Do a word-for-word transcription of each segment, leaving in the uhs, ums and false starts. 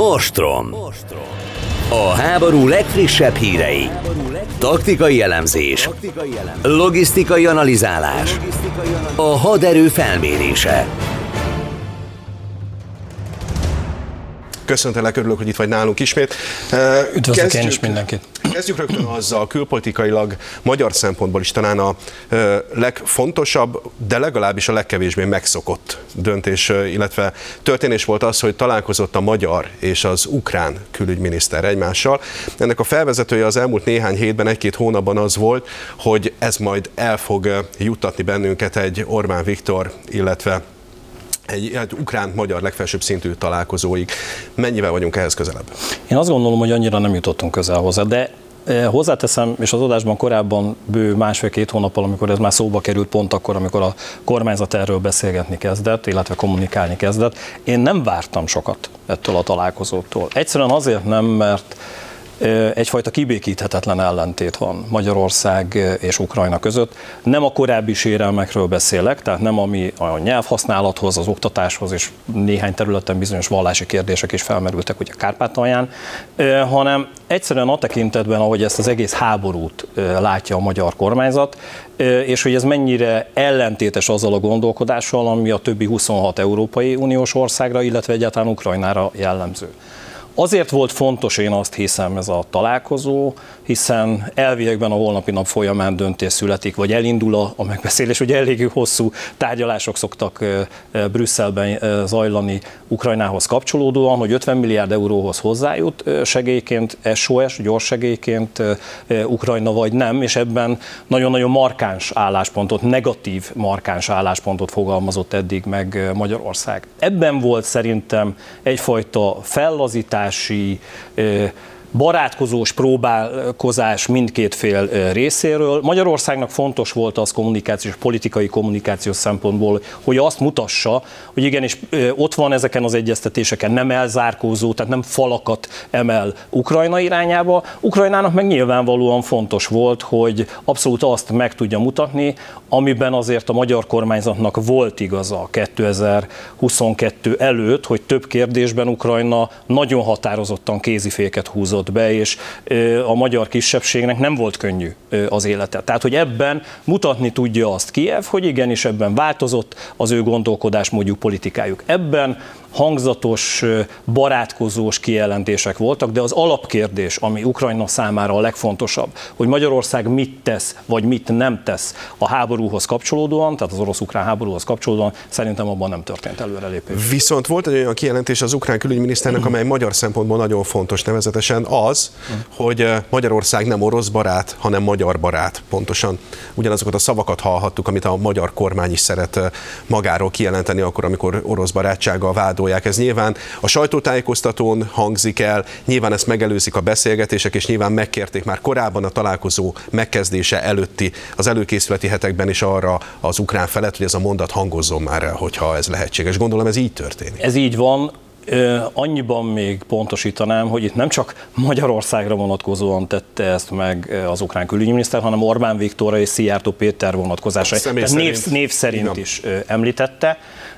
Ostrom. A háború legfrissebb hírei, taktikai elemzés, logisztikai analizálás, a haderő felmérése. Köszöntelek, örülök, hogy itt vagy nálunk ismét. Üdvözlök kezdjük, én is mindenkit. Kezdjük rögtön azzal, külpolitikailag, magyar szempontból is talán a legfontosabb, de legalábbis a legkevésbé megszokott döntés, illetve történés volt az, hogy találkozott a magyar és az ukrán külügyminiszter egymással. Ennek a felvezetője az elmúlt néhány hétben, egy-két hónapban az volt, hogy ez majd el fog juttatni bennünket egy Orbán Viktor, illetve egy, egy ukrán-magyar legfelsőbb szintű találkozóig. Mennyivel vagyunk ehhez közelebb? Én azt gondolom, hogy annyira nem jutottunk közel hozzá, de hozzáteszem, és az adásban korábban bő másfél-két hónappal, amikor ez már szóba került, pont akkor, amikor a kormányzat erről beszélgetni kezdett, illetve kommunikálni kezdett, én nem vártam sokat ettől a találkozótól. Egyszerűen azért nem, mert egyfajta kibékíthetetlen ellentét van Magyarország és Ukrajna között. Nem a korábbi sérelmekről beszélek, tehát nem ami a nyelvhasználathoz, az oktatáshoz és néhány területen bizonyos vallási kérdések is felmerültek, ugye a Kárpátalján, hanem egyszerűen a tekintetben, ahogy ezt az egész háborút látja a magyar kormányzat, és hogy ez mennyire ellentétes azzal a gondolkodással, ami a többi huszonhat Európai Uniós országra, illetve egyáltalán Ukrajnára jellemző. Azért volt fontos, én azt hiszem, ez a találkozó, hiszen elviekben a holnapi nap folyamán döntés születik, vagy elindul a, a megbeszélés, ugye eléggé hosszú tárgyalások szoktak Brüsszelben zajlani Ukrajnához kapcsolódóan, hogy ötven milliárd euróhoz hozzájut segélyként, es o es, gyors segélyként Ukrajna vagy nem, és ebben nagyon-nagyon markáns álláspontot, negatív markáns álláspontot fogalmazott eddig meg Magyarország. Ebben volt szerintem egyfajta fellazítási, barátkozós próbálkozás mindkét fél részéről. Magyarországnak fontos volt az kommunikációs, politikai kommunikációs szempontból, hogy azt mutassa, hogy igenis ott van ezeken az egyeztetéseken, nem elzárkózó, tehát nem falakat emel Ukrajna irányába. Ukrajnának meg nyilvánvalóan fontos volt, hogy abszolút azt meg tudja mutatni, amiben azért a magyar kormányzatnak volt igaza kétezer-huszonkettő előtt, hogy több kérdésben Ukrajna nagyon határozottan kéziféket húzott be, és a magyar kisebbségnek nem volt könnyű az élete. Tehát, hogy ebben mutatni tudja azt Kijev, hogy igenis ebben változott az ő gondolkodásmódjuk, politikájuk. Ebben hangzatos, barátkozós kijelentések voltak, de az alapkérdés, ami Ukrajna számára a legfontosabb, hogy Magyarország mit tesz, vagy mit nem tesz a háborúhoz kapcsolódóan, tehát az orosz-ukrán háborúhoz kapcsolódóan, szerintem abban nem történt előrelépés. Viszont volt egy olyan kijelentés az ukrán külügyminiszternek, amely magyar szempontból nagyon fontos, nevezetesen az, hogy Magyarország nem orosz barát, hanem magyar barát. Pontosan ugyanazokat a szavakat hallhattuk, amit a magyar kormány is szeret magáról kijelenteni akkor, amikor orosz barátsággal vádol. Ez nyilván a sajtótájékoztatón hangzik el, nyilván ezt megelőzik a beszélgetések, és nyilván megkérték már korábban a találkozó megkezdése előtti, az előkészületi hetekben is arra az ukrán felet, hogy ez a mondat hangozzon már el, hogyha ez lehetséges. Gondolom ez így történik. Ez így van. Annyiban még pontosítanám, hogy itt nem csak Magyarországra vonatkozóan tette ezt meg az ukrán külügyminiszter, hanem Orbán Viktorra és Szijjártó Péter vonatkozása. Név, név szerint is említette.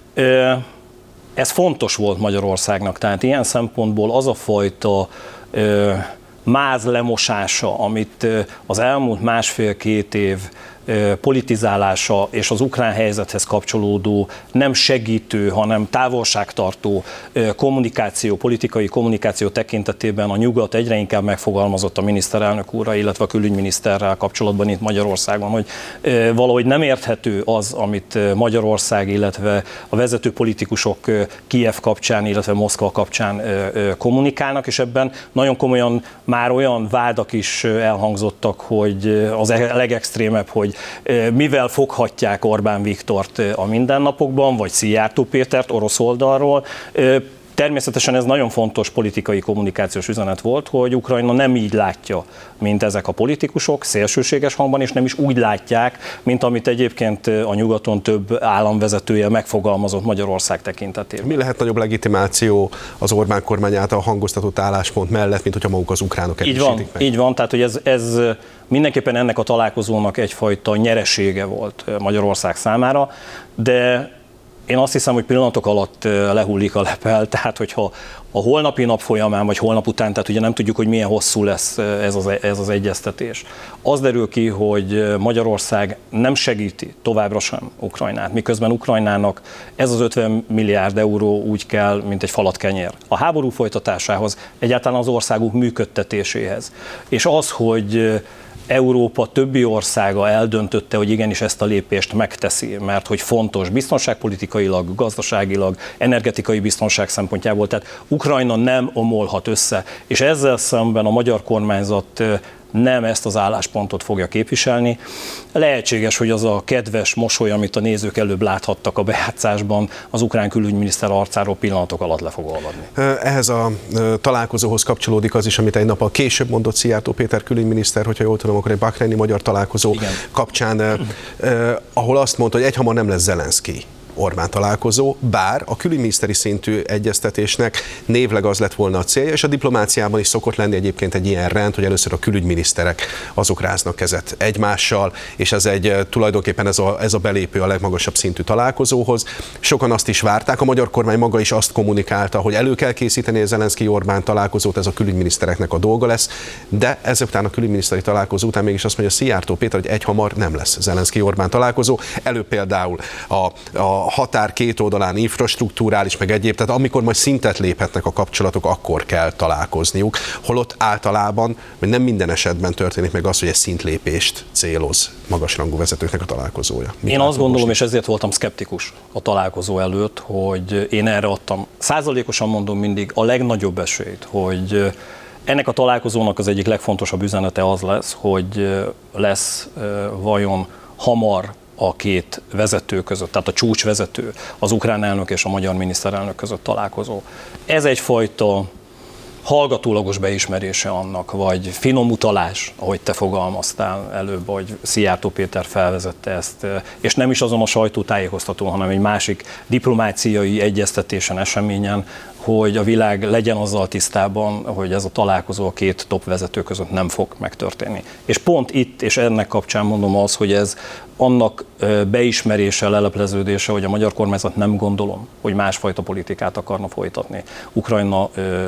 Ez fontos volt Magyarországnak, tehát ilyen szempontból az a fajta ö, máz lemosása, amit ö, az elmúlt másfél-két év ö, politizálása és az ukrán helyzethez kapcsolódó nem segítő, hanem távolságtartó ö, kommunikáció, politikai kommunikáció tekintetében a nyugat egyre inkább megfogalmazott a miniszterelnök úrral, illetve a külügyminiszterrel kapcsolatban itt Magyarországon, hogy ö, valahogy nem érthető az, amit Magyarország, illetve a vezető politikusok ö, Kijev kapcsán, illetve Moszkva kapcsán ö, ö, kommunikálnak, és ebben nagyon komolyan már olyan vádak is elhangzottak, hogy az a legextrémebb, hogy mivel foghatják Orbán Viktort a mindennapokban, vagy Szijjártó Pétert orosz oldalról. Természetesen ez nagyon fontos politikai kommunikációs üzenet volt, hogy Ukrajna nem így látja, mint ezek a politikusok, szélsőséges hangban, és nem is úgy látják, mint amit egyébként a nyugaton több államvezetője megfogalmazott Magyarország tekintetében. Mi lehet nagyobb legitimáció az Orbán kormány által hangoztatott álláspont mellett, mint hogyha maguk az ukránok erősítik meg? Így van, tehát hogy ez, ez mindenképpen ennek a találkozónak egyfajta nyeresége volt Magyarország számára, de Én azt hiszem, hogy pillanatok alatt lehullik a lepel, tehát hogyha a holnapi nap folyamán, vagy holnap után, tehát ugye nem tudjuk, hogy milyen hosszú lesz ez az, ez az egyeztetés. Az derül ki, hogy Magyarország nem segíti továbbra sem Ukrajnát, miközben Ukrajnának ez az ötven milliárd euró úgy kell, mint egy falatkenyér. A háború folytatásához, egyáltalán az országuk működtetéséhez. És az, hogy Európa többi országa eldöntötte, hogy igenis ezt a lépést megteszi, mert hogy fontos biztonságpolitikailag, gazdaságilag, energetikai biztonság szempontjából, tehát Ukrajna nem omolhat össze, és ezzel szemben a magyar kormányzat nem ezt az álláspontot fogja képviselni. Lehetséges, hogy az a kedves mosoly, amit a nézők előbb láthattak a bejátszásban, az ukrán külügyminiszter arcáról pillanatok alatt le fog olvadni. Ehhez a találkozóhoz kapcsolódik az is, amit egy nappal később mondott Szijjártó Péter külügyminiszter, hogyha jól tudom, akkor egy bahreini magyar találkozó Igen. kapcsán, eh, ahol azt mondta, hogy egyhamar nem lesz Zelenszkij Orbán találkozó, bár a külügyminiszteri szintű egyeztetésnek névleg az lett volna a célja, és a diplomáciában is szokott lenni egyébként egy ilyen rend, hogy először a külügyminiszterek azok ráznak kezet egymással, és ez egy tulajdonképpen ez a, ez a belépő a legmagasabb szintű találkozóhoz. Sokan azt is várták, a magyar kormány maga is azt kommunikálta, hogy elő kell készíteni a Zelenszkij Orbán találkozót, ez a külügyminisztereknek a dolga lesz, de ezután a külügyminiszteri találkozó után mégis azt mondja Szijjártó Péter, hogy egyhamar nem lesz Zelenszkij Orbán találkozó. Elő például a, a határ két oldalán infrastruktúrális, meg egyéb, tehát amikor majd szintet léphetnek a kapcsolatok, akkor kell találkozniuk, holott általában, vagy nem minden esetben történik meg az, hogy egy szintlépést céloz magasrangú vezetőknek a találkozója. Mit én azt gondolom, most? És ezért voltam szkeptikus a találkozó előtt, hogy én erre adtam, százalékosan mondom mindig, a legnagyobb esélyt, hogy ennek a találkozónak az egyik legfontosabb üzenete az lesz, hogy lesz vajon hamar a két vezető között, tehát a csúcsvezető, az ukrán elnök és a magyar miniszterelnök között találkozó. Ez egyfajta hallgatólagos beismerése annak, vagy finom utalás, ahogy te fogalmaztál előbb, hogy Szijjártó Péter felvezette ezt, és nem is azon a sajtótájékoztatón, hanem egy másik diplomáciai egyeztetésen, eseményen, hogy a világ legyen azzal tisztában, hogy ez a találkozó a két top vezető között nem fog megtörténni. És pont itt, és ennek kapcsán mondom az, hogy ez annak beismerése, lelepleződése, hogy a magyar kormányzat nem gondolom, hogy másfajta politikát akarna folytatni Ukrajna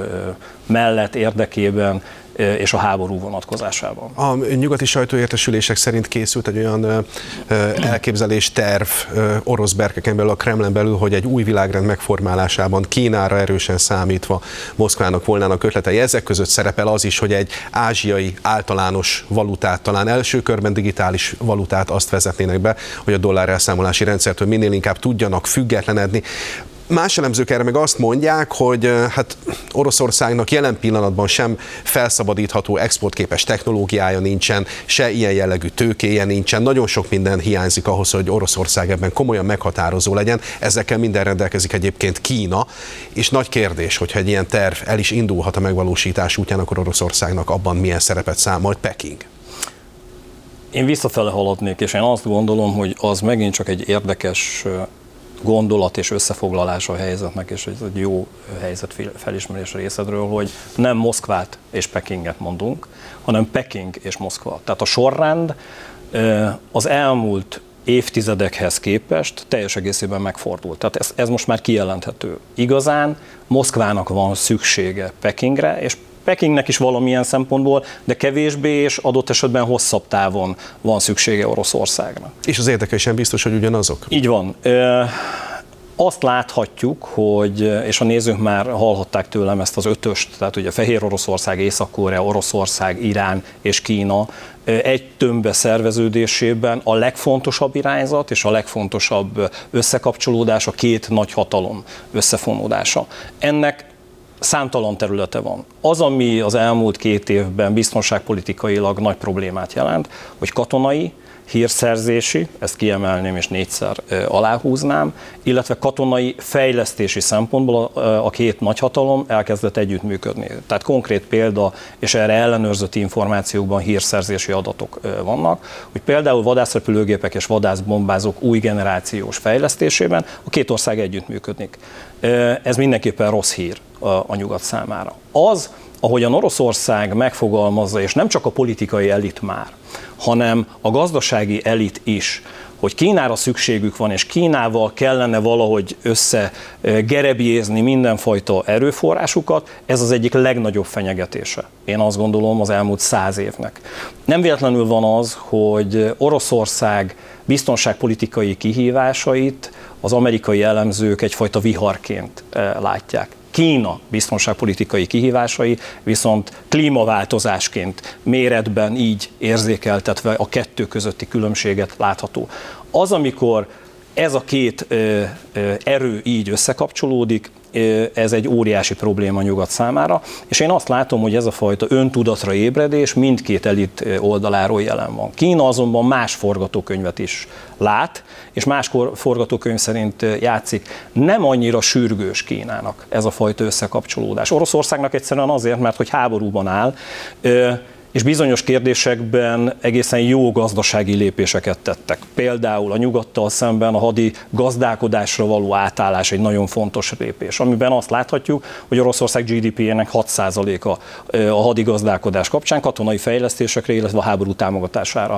mellett, érdekében, és a háború vonatkozásában. A nyugati sajtóértesülések szerint készült egy olyan elképzelés, terv orosz berkeken belül, a Kremlen belül, hogy egy új világrend megformálásában Kínára erősen számítva Moszkvának volnának ötletei. Ezek között szerepel az is, hogy egy ázsiai általános valutát, talán első körben digitális valutát azt vezetnének be, hogy a dollár elszámolási rendszertől minél inkább tudjanak függetlenedni. Más elemzők erre meg azt mondják, hogy hát Oroszországnak jelen pillanatban sem felszabadítható exportképes technológiája nincsen, se ilyen jellegű tőkéje nincsen, nagyon sok minden hiányzik ahhoz, hogy Oroszország ebben komolyan meghatározó legyen, ezekkel minden rendelkezik egyébként Kína, és nagy kérdés, hogyha egy ilyen terv el is indulhat a megvalósítás útján, akkor Oroszországnak abban milyen szerepet számol Peking? Én visszafele haladnék, és én azt gondolom, hogy az megint csak egy érdekes gondolat és összefoglalás a helyzetnek, és ez egy jó helyzet felismerés a részedről, hogy nem Moszkvát és Pekinget mondunk, hanem Peking és Moszkva. Tehát a sorrend az elmúlt évtizedekhez képest teljes egészében megfordult. Tehát ez, ez most már kijelenthető. Igazán Moszkvának van szüksége Pekingre, és Pekingnek is valamilyen szempontból, de kevésbé és adott esetben hosszabb távon van szüksége Oroszországnak. És az érdekei sem biztos, hogy ugyanazok? Így van. Azt láthatjuk, hogy, és a nézők már hallhatták tőlem ezt az ötöst, tehát ugye Fehér Oroszország, Észak-Korea, Oroszország, Irán és Kína egy tömbbe szerveződésében a legfontosabb irányzat és a legfontosabb összekapcsolódás a két nagy hatalom összefonódása. Ennek számtalan területe van. Az, ami az elmúlt két évben biztonságpolitikailag nagy problémát jelent, hogy katonai, hírszerzési, ezt kiemelném és négyszer aláhúznám, illetve katonai fejlesztési szempontból a két nagyhatalom elkezdett együttműködni. Tehát konkrét példa, és erre ellenőrzött információkban hírszerzési adatok vannak, hogy például vadászrepülőgépek és vadászbombázók új generációs fejlesztésében a két ország együttműködik. Ez mindenképpen rossz hír a nyugat számára. Az, ahogyan Oroszország megfogalmazza, és nem csak a politikai elit már, hanem a gazdasági elit is, hogy Kínára szükségük van, és Kínával kellene valahogy összegerebjézni mindenfajta erőforrásukat, ez az egyik legnagyobb fenyegetése, én azt gondolom, az elmúlt száz évnek. Nem véletlenül van az, hogy Oroszország biztonságpolitikai kihívásait az amerikai elemzők egyfajta viharként látják. Kína biztonságpolitikai kihívásai viszont klímaváltozásként méretben így érzékeltetve a kettő közötti különbséget látható. Az, amikor ez a két ö, ö, erő így összekapcsolódik, ö, ez egy óriási probléma nyugat számára, és én azt látom, hogy ez a fajta öntudatra ébredés mindkét elit oldaláról jelen van. Kína azonban más forgatókönyvet is lát, és más forgatókönyv szerint játszik. Nem annyira sürgős Kínának ez a fajta összekapcsolódás. Oroszországnak egyszerűen azért, mert hogy háborúban áll, ö, és bizonyos kérdésekben egészen jó gazdasági lépéseket tettek. Például a nyugattal szemben a hadi gazdálkodásra való átállás egy nagyon fontos lépés, amiben azt láthatjuk, hogy Oroszország gé dé pé-jének hat százaléka a hadi gazdálkodás kapcsán katonai fejlesztésekre, illetve a háború támogatására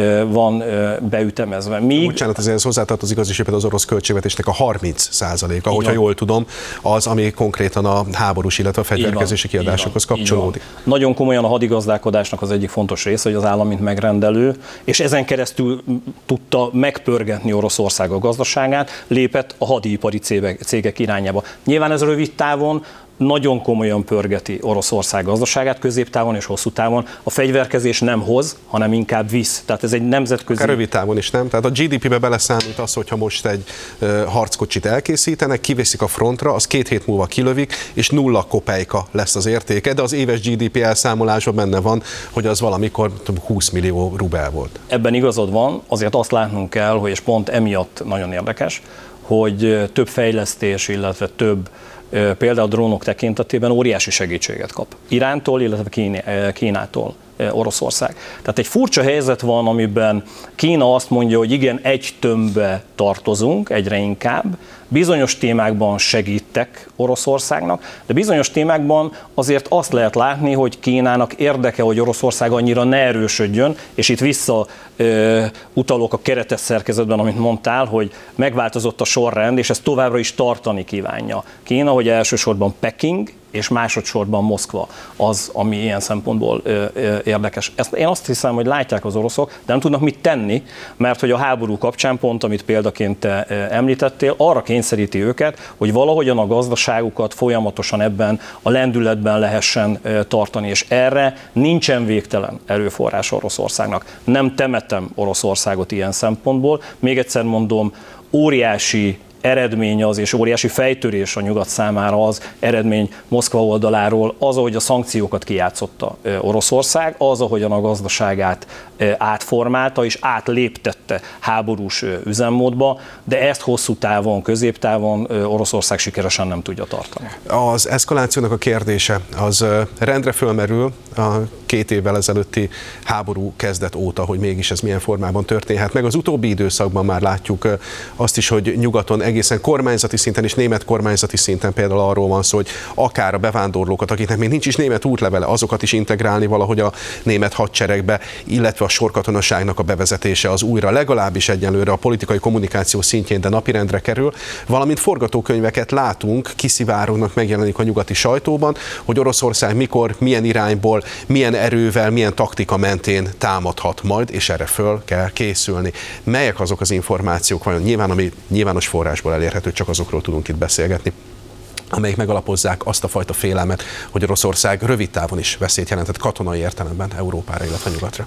van beütemezve. Míg... Bocsánat, ezért hozzátartozik az is, hogy az orosz költségvetésnek a harminc százaléka, hogyha jól tudom, az, ami konkrétan a háborús, illetve a fegyverkezési kiadásokhoz kapcsolódik. Nagyon komolyan a hadi gazdálkodás az egyik fontos része, hogy az állam mint megrendelő, és ezen keresztül tudta megpörgetni Oroszország a gazdaságát, lépett a hadipari cégek irányába. Nyilván ez rövid távon nagyon komolyan pörgeti Oroszország gazdaságát, középtávon és hosszú távon. A fegyverkezés nem hoz, hanem inkább visz. Tehát ez egy nemzetközi... Akár rövid távon is nem. Tehát a gé dé pé-be beleszámít az, hogyha most egy uh, harckocsit elkészítenek, kiviszik a frontra, az két hét múlva kilövik, és nulla kopejka lesz az értéke, de az éves gé dé pé elszámolásban benne van, hogy az valamikor húsz millió rubel volt. Ebben igazad van, azért azt látnunk kell, hogy és pont emiatt nagyon érdekes, hogy több fejlesztés, illetve több például a drónok tekintetében óriási segítséget kap Irántól, illetve Kínától Oroszország. Tehát egy furcsa helyzet van, amiben Kína azt mondja, hogy igen, egy tömbbe tartozunk egyre inkább, bizonyos témákban segítek Oroszországnak, de bizonyos témákban azért azt lehet látni, hogy Kínának érdeke, hogy Oroszország annyira ne erősödjön, és itt vissza ö, utalok a keretes szerkezetben, amit mondtál, hogy megváltozott a sorrend, és ezt továbbra is tartani kívánja Kína, hogy elsősorban Peking, és másodszorban Moszkva az, ami ilyen szempontból ö, ö, érdekes. Ezt én azt hiszem, hogy látják az oroszok, de nem tudnak mit tenni, mert hogy a háború kapcsán pont, amit példaként te ö, említettél, arra kényszeríti őket, hogy valahogyan a gazdaságukat folyamatosan ebben a lendületben lehessen ö, tartani, és erre nincsen végtelen erőforrás Oroszországnak. Nem temetem Oroszországot ilyen szempontból. Még egyszer mondom, óriási eredmény az, és óriási fejtörés a nyugat számára az eredmény Moszkva oldaláról, az, ahogy a szankciókat kijátszotta Oroszország, az, ahogyan a gazdaságát átformálta és átléptette háborús üzemmódba, de ezt hosszú távon, középtávon Oroszország sikeresen nem tudja tartani. Az eszkalációnak a kérdése az rendre fölmerül a két évvel ezelőtti háború kezdet óta, hogy mégis ez milyen formában történhet meg. Az utóbbi időszakban már látjuk azt is, hogy nyugaton egészen kormányzati szinten és német kormányzati szinten például arról van szó, hogy akár a bevándorlókat, akiknek még nincs is német útlevele, azokat is integrálni valahogy a német hadseregbe, illetve a sorkatonaságnak a bevezetése az újra legalábbis egyenlőre a politikai kommunikáció szintjén, de napirendre kerül, valamint forgatókönyveket látunk, kiszivárognak, megjelenik a nyugati sajtóban, hogy Oroszország mikor, milyen irányból, milyen erővel, milyen taktika mentén támadhat majd, és erre föl kell készülni. Melyek azok az információk, vajon nyilván, ami nyilvános forrásból elérhető, csak azokról tudunk itt beszélgetni, amelyek megalapozzák azt a fajta félelmet, hogy Oroszország rövid távon is veszélyt jelentett katonai értelemben Európára, illetve nyugatra?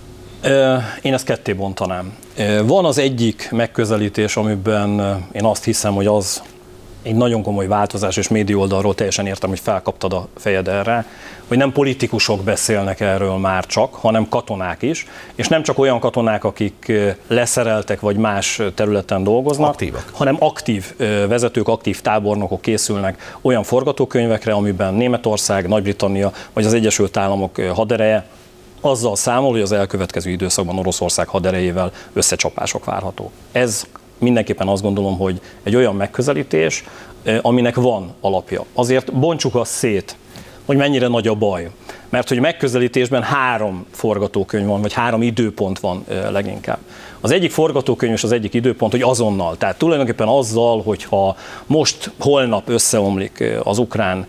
Én ezt ketté bontanám. Van az egyik megközelítés, amiben én azt hiszem, hogy az egy nagyon komoly változás, és média oldalról teljesen értem, hogy felkaptad a fejed erre, hogy nem politikusok beszélnek erről már csak, hanem katonák is, és nem csak olyan katonák, akik leszereltek vagy más területen dolgoznak, aktívak, hanem aktív vezetők, aktív tábornokok készülnek olyan forgatókönyvekre, amiben Németország, Nagy-Britannia vagy az Egyesült Államok hadereje azzal számol, hogy az elkövetkező időszakban Oroszország haderejével összecsapások várható. Ez mindenképpen azt gondolom, hogy egy olyan megközelítés, aminek van alapja. Azért bontsuk azt szét, hogy mennyire nagy a baj. Mert hogy megközelítésben három forgatókönyv van, vagy három időpont van leginkább. Az egyik forgatókönyv és az egyik időpont, hogy azonnal. Tehát tulajdonképpen azzal, hogyha most, holnap összeomlik az ukrán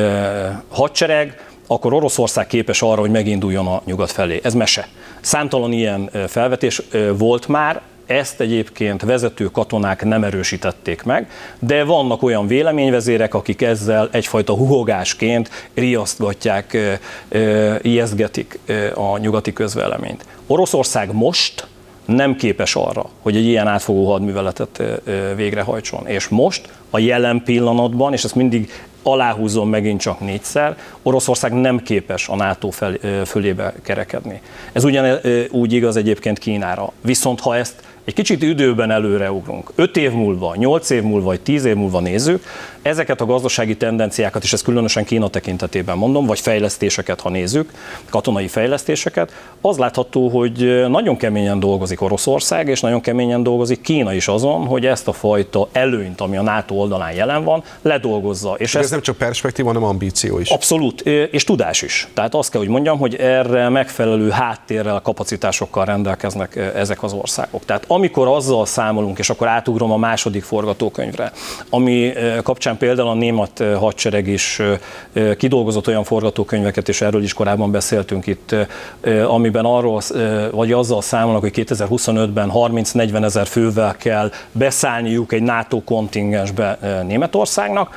hadsereg, akkor Oroszország képes arra, hogy meginduljon a nyugat felé. Ez mese. Számtalan ilyen felvetés volt már, ezt egyébként vezető katonák nem erősítették meg, de vannak olyan véleményvezérek, akik ezzel egyfajta huhogásként riasztgatják, ijesztgetik a nyugati közvéleményt. Oroszország most nem képes arra, hogy egy ilyen átfogó hadműveletet végrehajtson. És most, a jelen pillanatban, és ezt mindig aláhúzom megint csak négyszer, Oroszország nem képes a NATO fel, fölébe kerekedni. Ez ugyan úgy igaz egyébként Kínára. Viszont ha ezt egy kicsit időben előreugrunk, öt év múlva, nyolc év múlva, vagy tíz év múlva nézzük, ezeket a gazdasági tendenciákat, és ezt különösen Kína tekintetében mondom, vagy fejlesztéseket, ha nézzük, katonai fejlesztéseket, az látható, hogy nagyon keményen dolgozik Oroszország, és nagyon keményen dolgozik Kína is azon, hogy ezt a fajta előnyt, ami a NATO oldalán jelen van, ledolgozza. És ez ezt... nem csak perspektíva, hanem ambíció is. Abszolút, és tudás is. Tehát azt kell, hogy mondjam, hogy erre megfelelő háttérrel, kapacitásokkal rendelkeznek ezek az országok. Tehát amikor azzal számolunk, és akkor átugrom a második forgatókönyvre, ami kapcsán például a német hadsereg is kidolgozott olyan forgatókönyveket, és erről is korábban beszéltünk itt, amiben arról, vagy azzal számolnak, hogy kétezer-huszonötben harminc-negyven ezer fővel kell beszállniuk egy NATO kontingensbe Németországnak.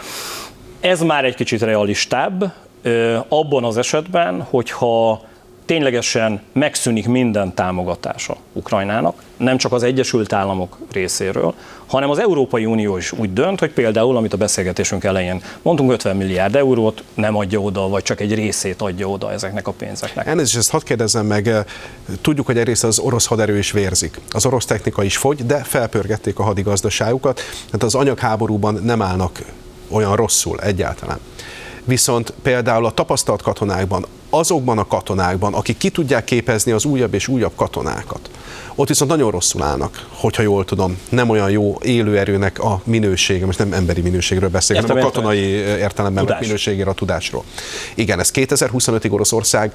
Ez már egy kicsit realistább, abban az esetben, hogyha ténylegesen megszűnik minden támogatása Ukrajnának, nem csak az Egyesült Államok részéről, hanem az Európai Unió is úgy dönt, hogy például, amit a beszélgetésünk elején mondtunk, ötven milliárd eurót nem adja oda, vagy csak egy részét adja oda ezeknek a pénzeknek. Elnézést, ezt hadd kérdezzem meg, tudjuk, hogy egyrészt az orosz haderő is vérzik, az orosz technika is fogy, de felpörgették a hadigazdaságukat, tehát az anyagháborúban nem állnak olyan rosszul egyáltalán. Viszont például a tapasztalt katonákban, azokban a katonákban, akik ki tudják képezni az újabb és újabb katonákat, ott viszont nagyon rosszul állnak, hogyha jól tudom, nem olyan jó élőerőnek a minősége, most nem emberi minőségről beszélek, hanem a katonai értelemben a minőségére, a tudásról. Igen, ez kétezer-huszonötig Oroszország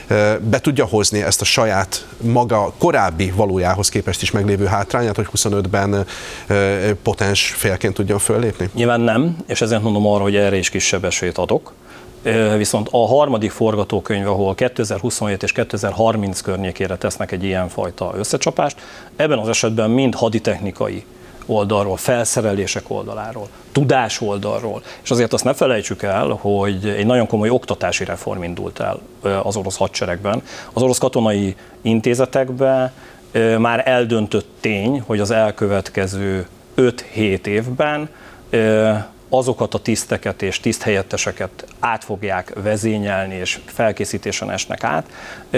be tudja hozni ezt a saját maga korábbi valójához képest is meglévő hátrányát, hogy huszonötben potens félként tudjon föllépni? Nyilván nem, és ezért mondom arra, hogy erre is kisebb esélyt adok. Viszont a harmadik forgatókönyv, ahol kétezer-huszonhét és kétezer-harminc környékére tesznek egy ilyenfajta összecsapást, ebben az esetben mind haditechnikai oldalról, felszerelések oldaláról, tudás oldalról, és azért azt ne felejtsük el, hogy egy nagyon komoly oktatási reform indult el az orosz hadseregben, az orosz katonai intézetekben már eldöntött tény, hogy az elkövetkező öt-hét évben azokat a tiszteket és tiszthelyetteseket át fogják vezényelni, és felkészítésen esnek át,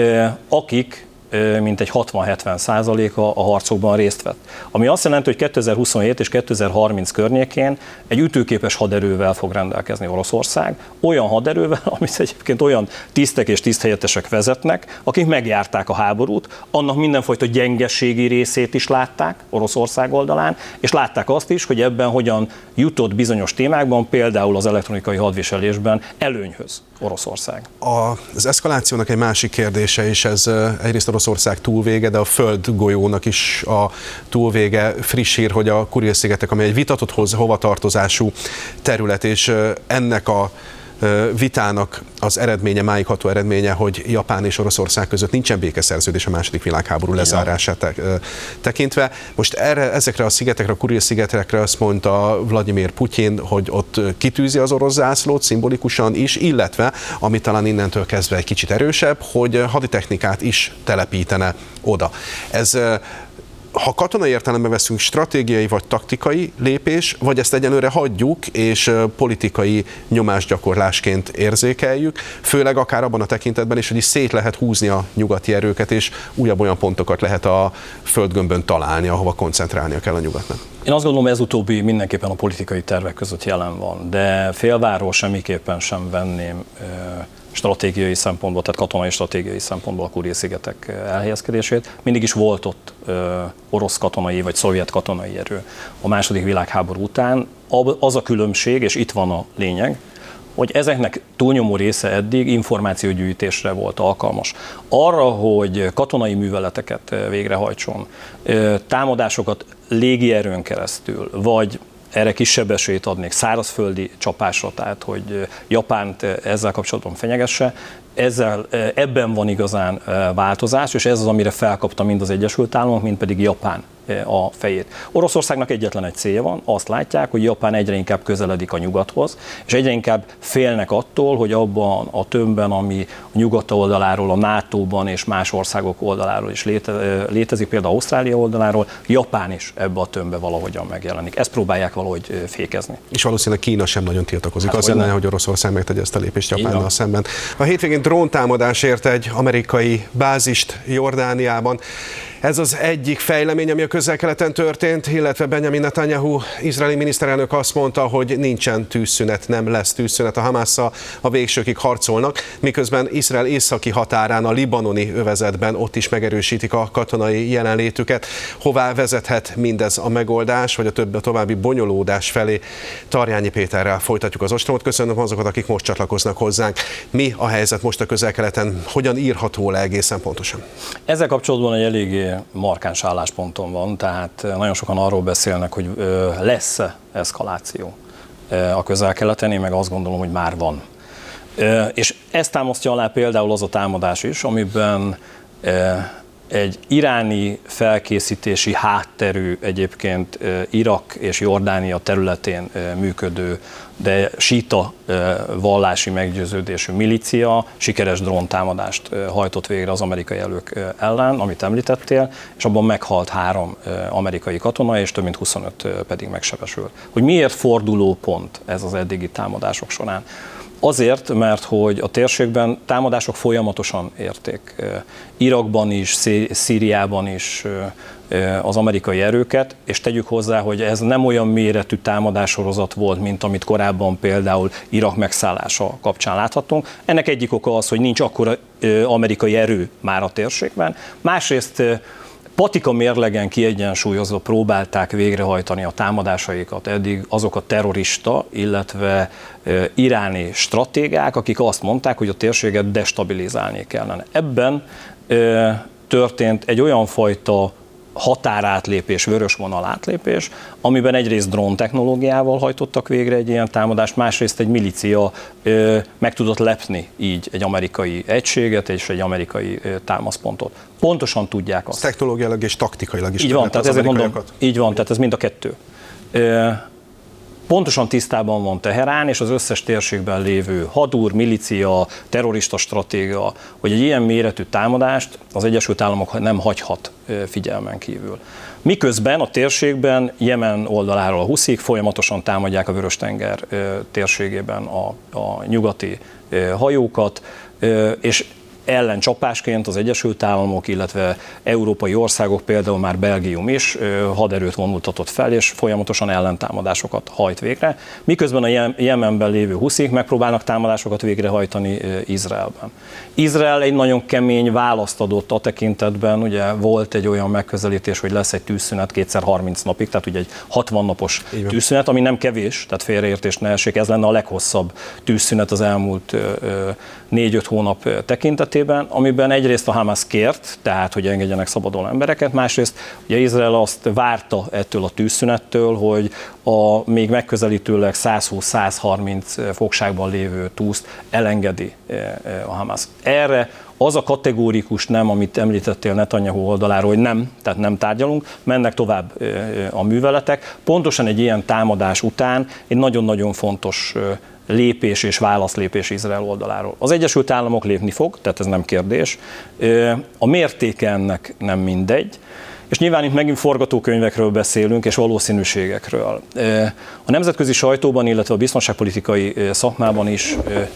akik mintegy hatvan-hetven százaléka a harcokban részt vett. Ami azt jelenti, hogy kétezer-huszonhét és kétezer-harminc környékén egy ütőképes haderővel fog rendelkezni Oroszország, olyan haderővel, amit egyébként olyan tisztek és tiszthelyettesek vezetnek, akik megjárták a háborút, annak mindenfajta gyengeségi részét is látták Oroszország oldalán, és látták azt is, hogy ebben hogyan jutott bizonyos témákban, például az elektronikai hadviselésben előnyhöz Oroszország. Az eszkalációnak egy másik kérdése is, ez egyrészt Oroszország túlvége, de a földgolyónak is a túlvége. Friss hír, hogy a Kuril-szigetek, amely egy vitatott hovatartozású terület, és ennek a vitának az eredménye, máig ható eredménye, hogy Japán és Oroszország között nincsen békeszerződés a második világháború lezárását tekintve. Most erre, ezekre a szigetekre, a Kuril-szigetekre azt mondta Vladimir Putyin, hogy ott kitűzi az orosz zászlót szimbolikusan is, illetve, ami talán innentől kezdve egy kicsit erősebb, hogy haditechnikát is telepítene oda. Ez ha katonai értelemben veszünk, stratégiai vagy taktikai lépés, vagy ezt egyenlőre hagyjuk, és politikai nyomásgyakorlásként érzékeljük, főleg akár abban a tekintetben is, hogy is szét lehet húzni a nyugati erőket, és újabb olyan pontokat lehet a földgömbön találni, ahova koncentrálnia kell a nyugatnak. Én azt gondolom, ez utóbbi mindenképpen a politikai tervek között jelen van, de félváról semmiképpen sem venném stratégiai szempontból, tehát katonai stratégiai szempontból a Kuril-szigetek elhelyezkedését. Mindig is volt ott ö, orosz katonai vagy szovjet katonai erő a második világháború után. Az a különbség, és itt van a lényeg, hogy ezeknek túlnyomó része eddig információgyűjtésre volt alkalmas. Arra, hogy katonai műveleteket végrehajtson, támadásokat légierőn keresztül, vagy erre kisebb esélyt adnék szárazföldi csapásra, tehát hogy Japánt ezzel kapcsolatban fenyegesse, ezzel, ebben van igazán változás, és ez az, amire felkapta mind az Egyesült Államok, mind pedig Japán a fejét. Oroszországnak egyetlen egy célja van, azt látják, hogy Japán egyre inkább közeledik a nyugathoz, és egyre inkább félnek attól, hogy abban a tömbben, ami a nyugat oldaláról, a nátóban és más országok oldaláról is léte, létezik, például Ausztrália oldaláról, Japán is ebbe a tömbbe valahogyan megjelenik. Ezt próbálják valahogy fékezni. És valószínűleg Kína sem nagyon tiltakozik. Hát, az ellen, hogy Oroszország megtegye ezt a lépést Japánnal szemben. A hétvégén dróntámadás ért egy amerikai bázist Jordániában. Ez az egyik fejlemény, ami a Közel-Keleten történt, illetve Benjamin Netanyahu, izraeli miniszterelnök azt mondta, hogy nincsen tűzszünet, nem lesz tűzszünet, a Hamasszal a végsőkig harcolnak, miközben Izrael északi határán, a libanoni övezetben ott is megerősítik a katonai jelenlétüket. Hová vezethet mindez a megoldás, vagy a több a további bonyolódás felé? Tarjányi Péterrel folytatjuk az ostromot. Köszönöm azokat, akik most csatlakoznak hozzánk. Mi a helyzet most a Közel-Keleten? Hogyan írható le egészen pontosan? Ezzel kapcsolatban egy eléggé markáns állásponton van, tehát nagyon sokan arról beszélnek, hogy lesz eszkaláció a Közel-Keleten, én meg azt gondolom, hogy már van. És ezt támasztja alá például az a támadás is, amiben egy iráni felkészítési hátterű, egyébként Irak és Jordánia területén működő, de síta vallási meggyőződésű milícia sikeres dróntámadást hajtott végre az amerikai erők ellen, amit említettél, és abban meghalt három amerikai katona, és több mint huszonöt pedig megsebesült. Hogy miért forduló pont ez az eddigi támadások során? Azért, mert hogy a térségben támadások folyamatosan érték. Irakban is, Szíriában is az amerikai erőket, és tegyük hozzá, hogy ez nem olyan méretű támadássorozat volt, mint amit korábban például Irak megszállása kapcsán láthattunk. Ennek egyik oka az, hogy nincs akkora amerikai erő már a térségben. Másrészt patika mérlegen kiegyensúlyozva próbálták végrehajtani a támadásaikat eddig azok a terrorista, illetve e, iráni stratégák, akik azt mondták, hogy a térséget destabilizálni kellene. Ebben e, történt egy olyan fajta határátlépés, vörösvonal átlépés, amiben egyrészt drón technológiával hajtottak végre egy ilyen támadást, másrészt egy milícia ö, meg tudott lepni így egy amerikai egységet és egy amerikai ö, támaszpontot. Pontosan tudják azt. Technológiailag és taktikailag is. Így van, tehát ezért mondom, így van, tehát ez mind a kettő. Ö, Pontosan tisztában van Teherán és az összes térségben lévő hadúr, milícia, terrorista stratégia, hogy egy ilyen méretű támadást az Egyesült Államok nem hagyhat figyelmen kívül. Miközben a térségben, Jemen oldaláról a huszik folyamatosan támadják a Vörös-tenger térségében a, a nyugati hajókat, és ellencsapásként az Egyesült Államok, illetve európai országok, például már Belgium is haderőt vonultatott fel, és folyamatosan ellentámadásokat hajt végre, miközben a Jemenben lévő huszik megpróbálnak támadásokat végrehajtani Izraelben. Izrael egy nagyon kemény választ adott a tekintetben, ugye volt egy olyan megközelítés, hogy lesz egy tűzszünet kétszer harminc napig, tehát ugye egy hatvan napos tűzszünet, ami nem kevés, tehát félreértés ne essék, ez lenne a leghosszabb tűzszünet az elmúlt négy-öt hónap tekintetében, amiben egyrészt a Hamas kért, tehát hogy engedjenek szabadon embereket, másrészt ugye Izrael azt várta ettől a tűzszünettől, hogy a még megközelítőleg százhúsz-százharminc fogságban lévő túszt elengedi a Hamas. Erre az a kategórikus nem, amit említettél Netanyahu oldaláról, hogy nem, tehát nem tárgyalunk, mennek tovább a műveletek. Pontosan egy ilyen támadás után egy nagyon-nagyon fontos lépés és válaszlépés Izrael oldaláról. Az Egyesült Államok lépni fog, tehát ez nem kérdés. A mértéke ennek nem mindegy, és nyilván itt megint forgatókönyvekről beszélünk, és valószínűségekről. A nemzetközi sajtóban, illetve a biztonságpolitikai szakmában is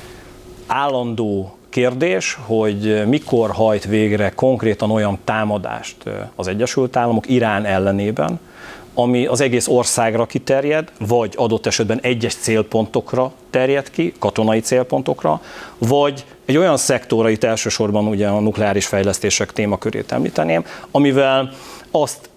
állandó kérdés, hogy mikor hajt végre konkrétan olyan támadást az Egyesült Államok Irán ellenében, ami az egész országra kiterjed, vagy adott esetben egyes célpontokra terjed ki, katonai célpontokra, vagy egy olyan szektorra, itt elsősorban ugye a nukleáris fejlesztések témakörét említeném, amivel azt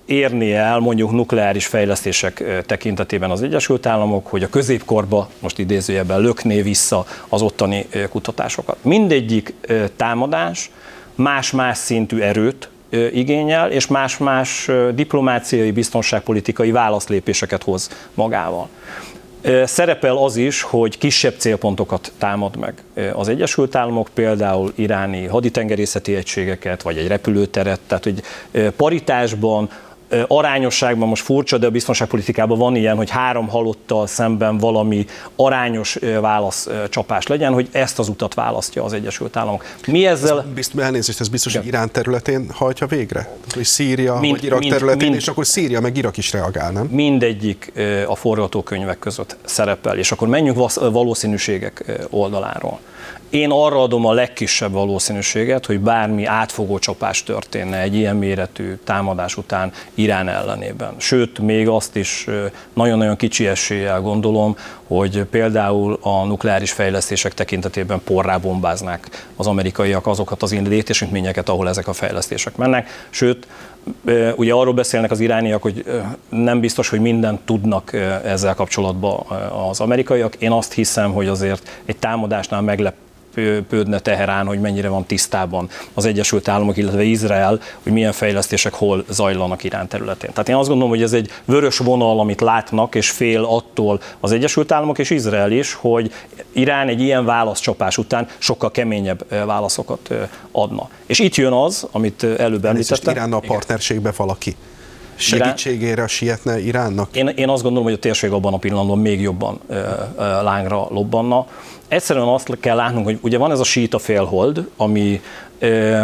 érni el mondjuk nukleáris fejlesztések tekintetében az Egyesült Államok, hogy a középkorba, most idézőjelben lökné vissza az ottani kutatásokat. Mindegyik támadás más-más szintű erőt igényel, és más-más diplomáciai, biztonságpolitikai válaszlépéseket hoz magával. Szerepel az is, hogy kisebb célpontokat támad meg az Egyesült Államok, például iráni haditengerészeti egységeket, vagy egy repülőteret, tehát hogy paritásban, arányosságban, most furcsa, de a biztonságpolitikában van ilyen, hogy három halottal szemben valami arányos válaszcsapás legyen, hogy ezt az utat választja az Egyesült Államok. Mi ezzel... Ez biztos, elnézést, ez biztos, hogy Irán területén hajtja végre? Hogy Szíria mind, vagy Irak mind, területén, mind, és akkor Szíria meg Irak is reagál, nem? Mindegyik a forgatókönyvek között szerepel, és akkor menjünk valószínűségek oldaláról. Én arra adom a legkisebb valószínűséget, hogy bármi átfogó csapás történne egy ilyen méretű támadás után Irán ellenében. Sőt, még azt is nagyon-nagyon kicsi eséllyel gondolom, hogy például a nukleáris fejlesztések tekintetében porrá bombáznák az amerikaiak azokat az létesítményeket, ahol ezek a fejlesztések mennek. Sőt, ugye arról beszélnek az irániak, hogy nem biztos, hogy mindent tudnak ezzel kapcsolatban az amerikaiak. Én azt hiszem, hogy azért egy támadásnál meglep pődne Teherán, hogy mennyire van tisztában az Egyesült Államok, illetve Izrael, hogy milyen fejlesztések hol zajlanak Irán területén. Tehát én azt gondolom, hogy ez egy vörös vonal, amit látnak, és fél attól az Egyesült Államok és Izrael is, hogy Irán egy ilyen válaszcsapás után sokkal keményebb válaszokat adna. És itt jön az, amit előbb említettem. Iránnal partnerségbe valaki segítségére sietne Iránnak? Én, én azt gondolom, hogy a térség abban a pillanatban még jobban ö, ö, lángra lobbanna. Egyszerűen azt kell látnunk, hogy ugye van ez a síita félhold, ami ö,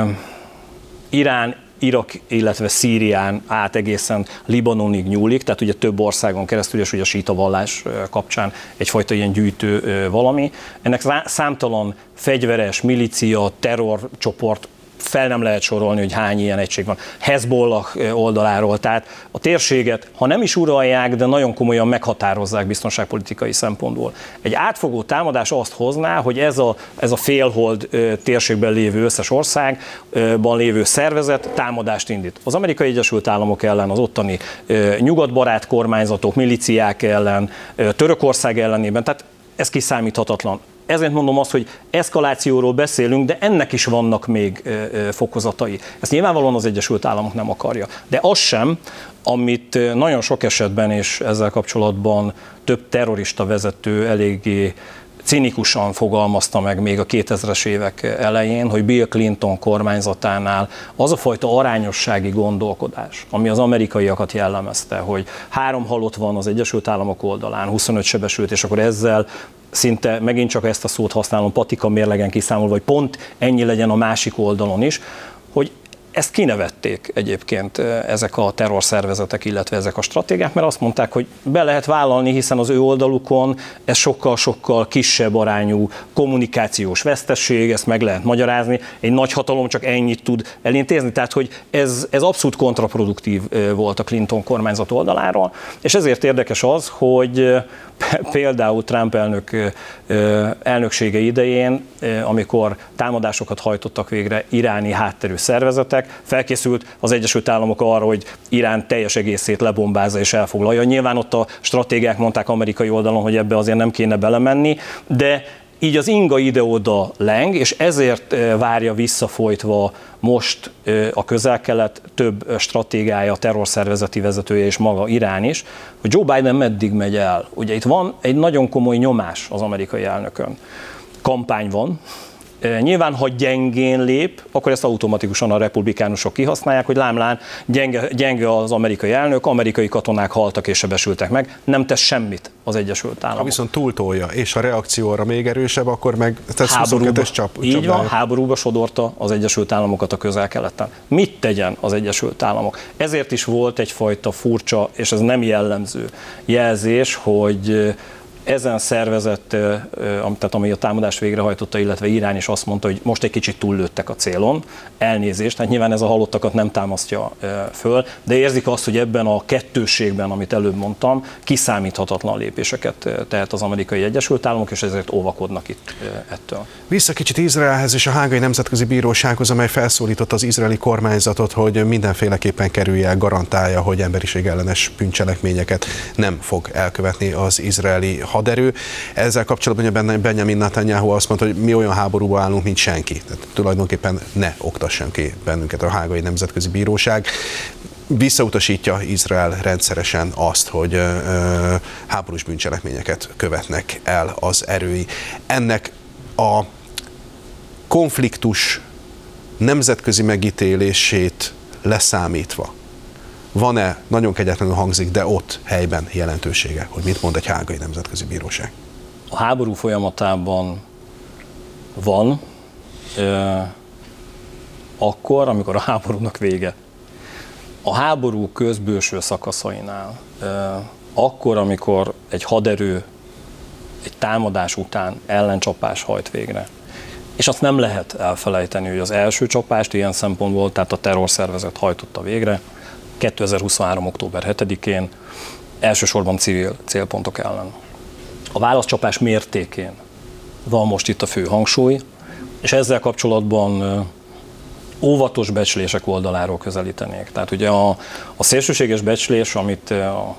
Irán, Irak, illetve Szírián át egészen Libanonig nyúlik, tehát ugye több országon keresztül, és ugye a síita vallás kapcsán egyfajta ilyen gyűjtő valami. Ennek számtalan fegyveres, milícia, terrorcsoport, fel nem lehet sorolni, hogy hány ilyen egység van. Hezbollah oldaláról, tehát a térséget, ha nem is uralják, de nagyon komolyan meghatározzák biztonságpolitikai szempontból. Egy átfogó támadás azt hozná, hogy ez a, ez a félhold térségben lévő összes országban lévő szervezet támadást indít. Az Amerikai Egyesült Államok ellen, az ottani nyugatbarát kormányzatok, milíciák ellen, Törökország ellenében, tehát ez kiszámíthatatlan. Ezért mondom azt, hogy eszkalációról beszélünk, de ennek is vannak még fokozatai. Ezt nyilvánvalóan az Egyesült Államok nem akarja. De az sem, amit nagyon sok esetben, és ezzel kapcsolatban több terrorista vezető eléggé cinikusan fogalmazta meg még a kétezres évek elején, hogy Bill Clinton kormányzatánál az a fajta arányossági gondolkodás, ami az amerikaiakat jellemezte, hogy három halott van az Egyesült Államok oldalán, huszonöt sebesült, és akkor ezzel szinte megint csak ezt a szót használom, patika mérlegen kiszámolva, hogy pont ennyi legyen a másik oldalon is, hogy ezt kinevették egyébként ezek a terrorszervezetek, illetve ezek a stratégiák, mert azt mondták, hogy be lehet vállalni, hiszen az ő oldalukon ez sokkal-sokkal kisebb arányú kommunikációs vesztesség, ezt meg lehet magyarázni, egy nagy hatalom csak ennyit tud elintézni, tehát hogy ez, ez abszolút kontraproduktív volt a Clinton kormányzat oldaláról, és ezért érdekes az, hogy például Trump elnök elnöksége idején, amikor támadásokat hajtottak végre iráni hátterű szervezetek, felkészült az Egyesült Államok arra, hogy Irán teljes egészét lebombázza és elfoglalja. Nyilván ott a stratégiák mondták amerikai oldalon, hogy ebbe azért nem kéne belemenni, de így az inga ide-oda leng, és ezért várja visszafolytva most a Közel-Kelet több stratégiája, terrorszervezeti vezetője és maga Irán is, hogy Joe Biden meddig megy el. Ugye itt van egy nagyon komoly nyomás az amerikai elnökön. Kampány van. Nyilván, ha gyengén lép, akkor ezt automatikusan a republikánusok kihasználják, hogy lámlán gyenge, gyenge az amerikai elnök, amerikai katonák haltak és sebesültek meg, nem tesz semmit az Egyesült Államok. Ha viszont túltolja, és a reakció arra még erősebb, akkor meg tesz huszonkettes csap. Így van, háborúba sodorta az Egyesült Államokat a Közel-Keleten. Mit tegyen az Egyesült Államok? Ezért is volt egyfajta furcsa, és ez nem jellemző jelzés, hogy ezen szervezet, tehát ami a támadást végrehajtotta, illetve Irán is azt mondta, hogy most egy kicsit túllőttek a célon, elnézést, hát nyilván ez a halottakat nem támasztja föl, de érzik azt, hogy ebben a kettősségben, amit előbb mondtam, kiszámíthatatlan lépéseket tehet az Amerikai Egyesült Államok, és ezért óvakodnak itt ettől. Vissza kicsit Izraelhez és a Hágai Nemzetközi Bírósághoz, amely felszólította az izraeli kormányzatot, hogy mindenféleképpen kerülje el, garantálja, hogy emberiségellenes bűncselekményeket nem fog elkövetni az izraeli haderő. Ezzel kapcsolatban Benjamin Netanyahu azt mondta, hogy mi olyan háborúba állunk, mint senki. Tehát tulajdonképpen ne oktassam ki bennünket a Hágai Nemzetközi Bíróság. Visszautasítja Izrael rendszeresen azt, hogy ö, háborús bűncselekményeket követnek el az erői. Ennek a konfliktus nemzetközi megítélését leszámítva van-e, nagyon kegyetlenül hangzik, de ott helyben jelentősége, hogy mit mond egy Hágai Nemzetközi Bíróság? A háború folyamatában van, ö, akkor, amikor a háborúnak vége. A háború közbőső szakaszainál, ö, akkor, amikor egy haderő egy támadás után ellencsapás hajt végre. És azt nem lehet elfelejteni, hogy az első csapást ilyen szempontból, tehát a terrorszervezet hajtotta végre, kétezer-huszonhárom. október hetedikén, elsősorban civil célpontok ellen. A válaszcsapás mértékén van most itt a fő hangsúly, és ezzel kapcsolatban óvatos becslések oldaláról közelítenék. Tehát ugye a, a szélsőséges becslés, amit a,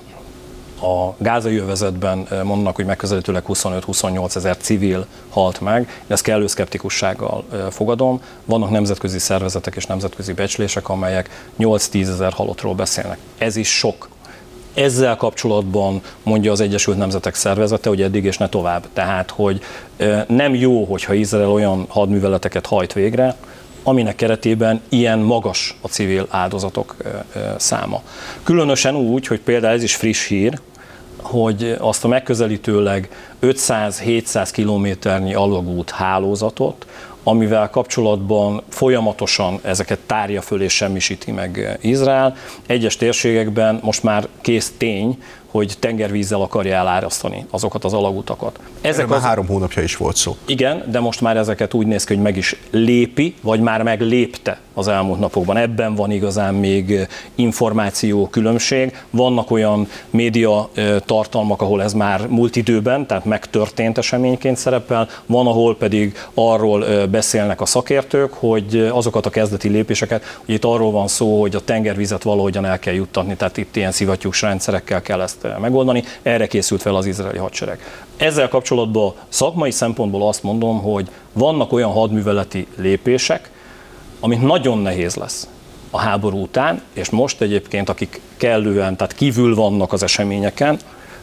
a gázai övezetben mondanak, hogy megközelítőleg huszonöt-huszonnyolc ezer civil halt meg, ezt kellő szkeptikussággal fogadom. Vannak nemzetközi szervezetek és nemzetközi becslések, amelyek nyolc-tízezer halottról beszélnek. Ez is sok. Ezzel kapcsolatban mondja az Egyesült Nemzetek Szervezete, hogy eddig és ne tovább. Tehát, hogy nem jó, hogyha Izrael olyan hadműveleteket hajt végre, aminek keretében ilyen magas a civil áldozatok száma. Különösen úgy, hogy például ez is friss hír, hogy azt a megközelítőleg ötszáz-hétszáz kilométernyi alagút hálózatot, amivel kapcsolatban folyamatosan ezeket tárja föl és semmisíti meg Izrael. Egyes térségekben most már kész tény, hogy tengervízzel akarja elárasztani azokat az alagutakat. Ezek már az... három hónapja is volt szó. Igen, de most már ezeket úgy néz ki, hogy meg is lépi, vagy már meglépte az elmúlt napokban. Ebben van igazán még információ különbség. Vannak olyan média tartalmak, ahol ez már múlt időben, tehát megtörtént eseményként szerepel, van, ahol pedig arról beszélnek a szakértők, hogy azokat a kezdeti lépéseket, hogy itt arról van szó, hogy a tengervizet valahogyan el kell juttatni, tehát itt ilyen szivattyús rendszerekkel kell ezt megoldani, erre készült fel az izraeli hadsereg. Ezzel kapcsolatban szakmai szempontból azt mondom, hogy vannak olyan hadműveleti lépések, amit nagyon nehéz lesz a háború után, és most egyébként, akik kellően, tehát kívül vannak az eseményeken,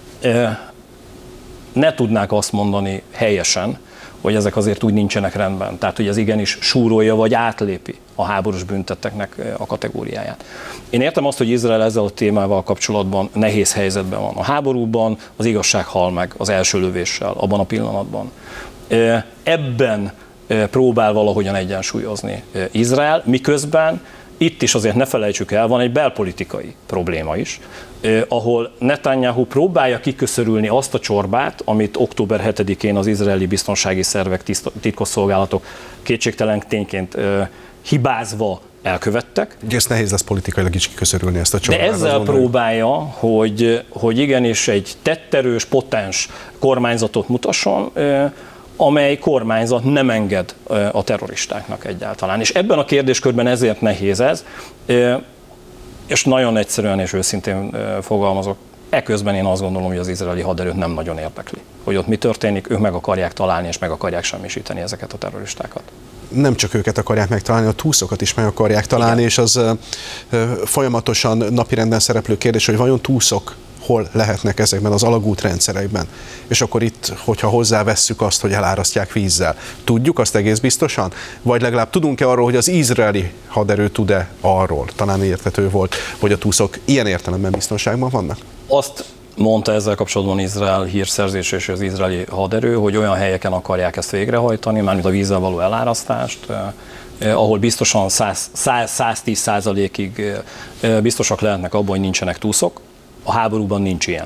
ne tudnák azt mondani helyesen, hogy ezek azért úgy nincsenek rendben. Tehát, hogy ez igenis súrolja vagy átlépi a háborús büntetteknek a kategóriáját. Én értem azt, hogy Izrael ezzel a témával kapcsolatban nehéz helyzetben van. A háborúban az igazság hal meg az első lövéssel, abban a pillanatban. Ebben próbál valahogyan egyensúlyozni Izrael, miközben itt is azért ne felejtsük el, van egy belpolitikai probléma is, eh, ahol Netanyahu próbálja kiköszörülni azt a csorbát, amit október hetedikén az izraeli biztonsági szervek, titkosszolgálatok kétségtelen tényként eh, hibázva elkövettek. Ugye ezt nehéz lesz politikailag is kiköszörülni ezt a csorbát. De ezzel próbálja, hogy, hogy igenis egy tetterős, potens kormányzatot mutasson, eh, amely kormányzat nem enged a terroristáknak egyáltalán. És ebben a kérdéskörben ezért nehéz ez, és nagyon egyszerűen és őszintén fogalmazok, eközben én azt gondolom, hogy az izraeli haderőt nem nagyon érdekli, hogy ott mi történik, ők meg akarják találni és meg akarják semmisíteni ezeket a terroristákat. Nem csak őket akarják megtalálni, a túszokat is meg akarják találni, igen. És az folyamatosan napirenden szereplő kérdés, hogy vajon túszok hol lehetnek ezekben az alagútrendszerekben. És akkor itt, hogyha hozzávesszük azt, hogy elárasztják vízzel, tudjuk azt egész biztosan? Vagy legalább tudunk-e arról, hogy az izraeli haderő tud-e arról, talán érthető volt, hogy a túszok ilyen értelemben biztonságban vannak? Azt mondta ezzel kapcsolatban Izrael hírszerzés és az izraeli haderő, hogy olyan helyeken akarják ezt végrehajtani, mármint a vízzel való elárasztást, eh, ahol biztosan száz-tíz százalékig eh, biztosak lehetnek abban, hogy nincsenek túszok. A háborúban nincs ilyen.